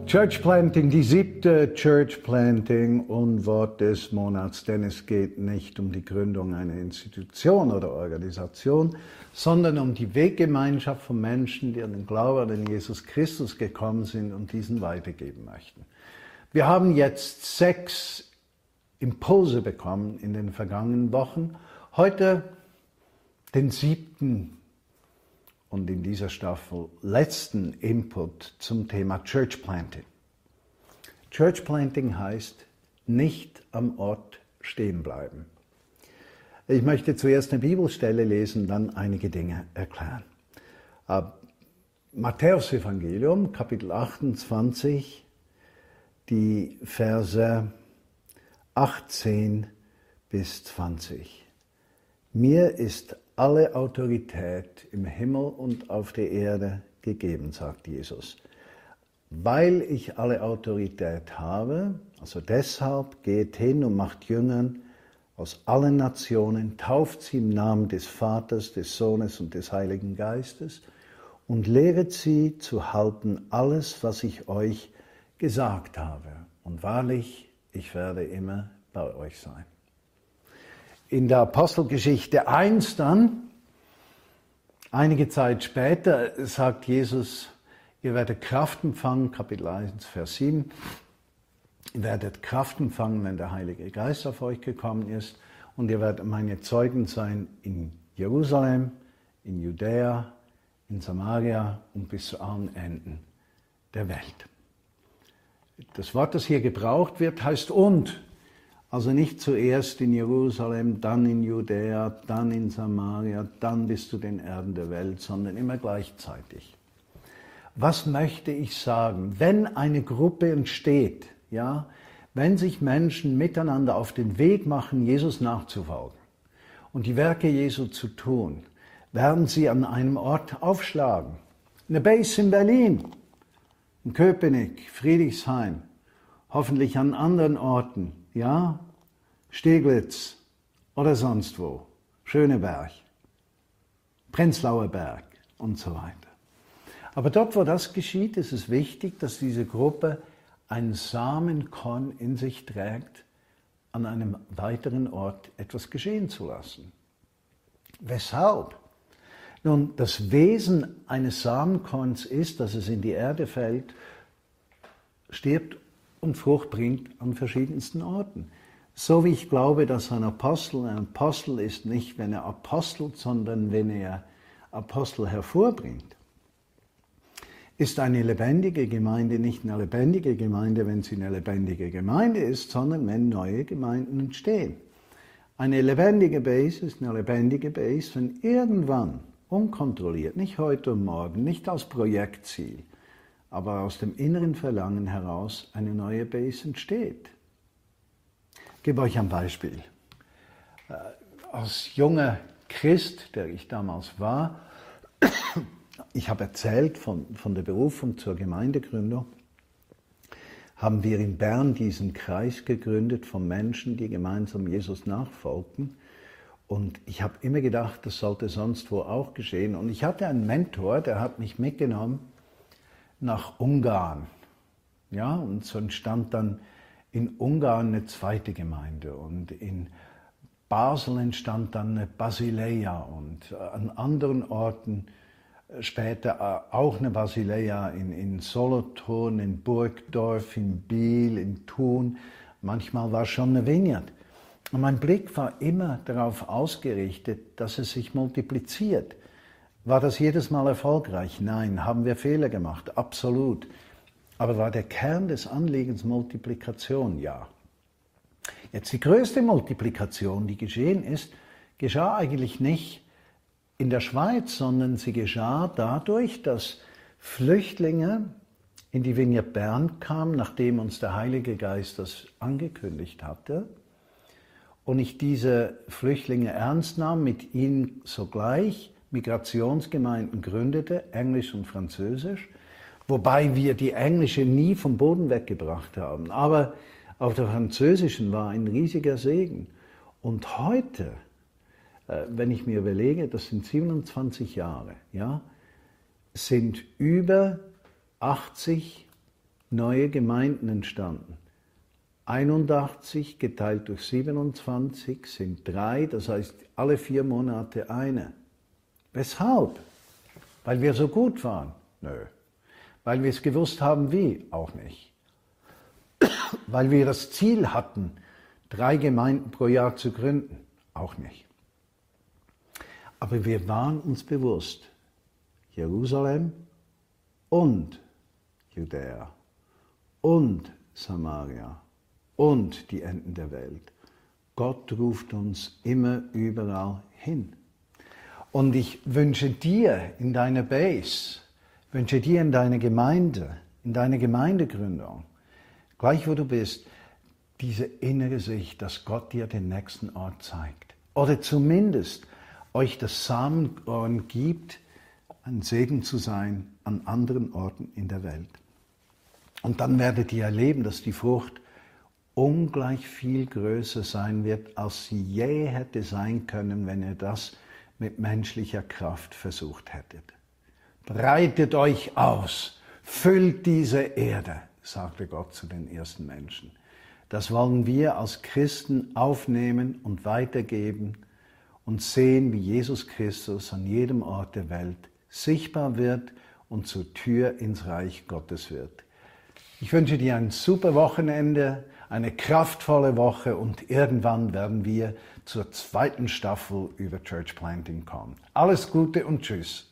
Church Planting, die 7. Church Planting Unwort des Monats, denn es geht nicht um die Gründung einer Institution oder Organisation, sondern um die Weggemeinschaft von Menschen, die an den Glauben an Jesus Christus gekommen sind und diesen weitergeben möchten. Wir haben jetzt 6 Impulse bekommen in den vergangenen Wochen. Heute den 7. und in dieser Staffel letzten Input zum Thema Church Planting. Church Planting heißt nicht am Ort stehen bleiben. Ich möchte zuerst eine Bibelstelle lesen, dann einige Dinge erklären. Matthäus Evangelium, Kapitel 28, die Verse 18 bis 20. Mir ist alle Autorität im Himmel und auf der Erde gegeben, sagt Jesus. Weil ich alle Autorität habe, also deshalb geht hin und macht Jüngern aus allen Nationen, tauft sie im Namen des Vaters, des Sohnes und des Heiligen Geistes und lehret sie zu halten alles, was ich euch gesagt habe. Und wahrlich, ich werde immer bei euch sein. In der Apostelgeschichte 1 dann, einige Zeit später, sagt Jesus, ihr werdet Kraft empfangen, Kapitel 1, Vers 7, ihr werdet Kraft empfangen, wenn der Heilige Geist auf euch gekommen ist, und ihr werdet meine Zeugen sein in Jerusalem, in Judäa, in Samaria und bis zu allen Enden der Welt. Das Wort, das hier gebraucht wird, heißt und. Also nicht zuerst in Jerusalem, dann in Judäa, dann in Samaria, dann bis zu den Enden der Welt, sondern immer gleichzeitig. Was möchte ich sagen? Wenn eine Gruppe entsteht, ja, wenn sich Menschen miteinander auf den Weg machen, Jesus nachzufolgen und die Werke Jesu zu tun, werden sie an einem Ort aufschlagen. Eine Base in Berlin, in Köpenick, Friedrichshain, hoffentlich an anderen Orten. Ja, Steglitz oder sonst wo, Schöneberg, Prenzlauer Berg und so weiter. Aber dort, wo das geschieht, ist es wichtig, dass diese Gruppe ein Samenkorn in sich trägt, an einem weiteren Ort etwas geschehen zu lassen. Weshalb? Nun, das Wesen eines Samenkorns ist, dass es in die Erde fällt, stirbt und Frucht bringt an verschiedensten Orten. So wie ich glaube, dass ein Apostel ist, nicht wenn er apostelt, sondern wenn er Apostel hervorbringt. Ist eine lebendige Gemeinde nicht eine lebendige Gemeinde, wenn sie eine lebendige Gemeinde ist, sondern wenn neue Gemeinden entstehen. Eine lebendige Base ist eine lebendige Base, wenn irgendwann, unkontrolliert, nicht heute und morgen, nicht als Projektziel, aber aus dem inneren Verlangen heraus eine neue Base entsteht. Ich gebe euch ein Beispiel. Als junger Christ, der ich damals war, ich habe erzählt von der Berufung zur Gemeindegründung, haben wir in Bern diesen Kreis gegründet von Menschen, die gemeinsam Jesus nachfolgten. Und ich habe immer gedacht, das sollte sonst wo auch geschehen. Und ich hatte einen Mentor, der hat mich mitgenommen nach Ungarn. Ja, und so entstand dann in Ungarn eine zweite Gemeinde und in Basel entstand dann eine Basileia und an anderen Orten später auch eine Basileia in Solothurn, in Burgdorf, in Biel, in Thun. Manchmal war es schon eine Vineyard. Und mein Blick war immer darauf ausgerichtet, dass es sich multipliziert. War das jedes Mal erfolgreich? Nein. Haben wir Fehler gemacht? Absolut. Aber war der Kern des Anliegens Multiplikation? Ja. Jetzt die größte Multiplikation, die geschehen ist, geschah eigentlich nicht in der Schweiz, sondern sie geschah dadurch, dass Flüchtlinge in die Vineyard Bern kamen, nachdem uns der Heilige Geist das angekündigt hatte. Und ich diese Flüchtlinge ernst nahm, mit ihnen sogleich Migrationsgemeinden gründete, Englisch und Französisch, wobei wir die englische nie vom Boden weggebracht haben. Aber auf der französischen war ein riesiger Segen. Und heute, wenn ich mir überlege, das sind 27 Jahre, ja, sind über 80 neue Gemeinden entstanden. 81 geteilt durch 27 sind 3, das heißt alle 4 Monate eine. Weshalb? Weil wir so gut waren? Nö. Weil wir es gewusst haben, wie? Auch nicht. Weil wir das Ziel hatten, 3 Gemeinden pro Jahr zu gründen? Auch nicht. Aber wir waren uns bewusst, Jerusalem und Judäa und Samaria und die Enden der Welt. Gott ruft uns immer überall hin. Und ich wünsche dir in deiner Base, wünsche dir in deiner Gemeinde, in deiner Gemeindegründung, gleich wo du bist, diese innere Sicht, dass Gott dir den nächsten Ort zeigt. Oder zumindest euch das Samenkorn gibt, ein Segen zu sein an anderen Orten in der Welt. Und dann werdet ihr erleben, dass die Frucht ungleich viel größer sein wird, als sie je hätte sein können, wenn ihr das mit menschlicher Kraft versucht hättet. Breitet euch aus, füllt diese Erde, sagte Gott zu den ersten Menschen. Das wollen wir als Christen aufnehmen und weitergeben und sehen, wie Jesus Christus an jedem Ort der Welt sichtbar wird und zur Tür ins Reich Gottes wird. Ich wünsche dir ein super Wochenende, eine kraftvolle Woche und irgendwann werden wir zur 2. Staffel über Church Planting kommen. Alles Gute und Tschüss.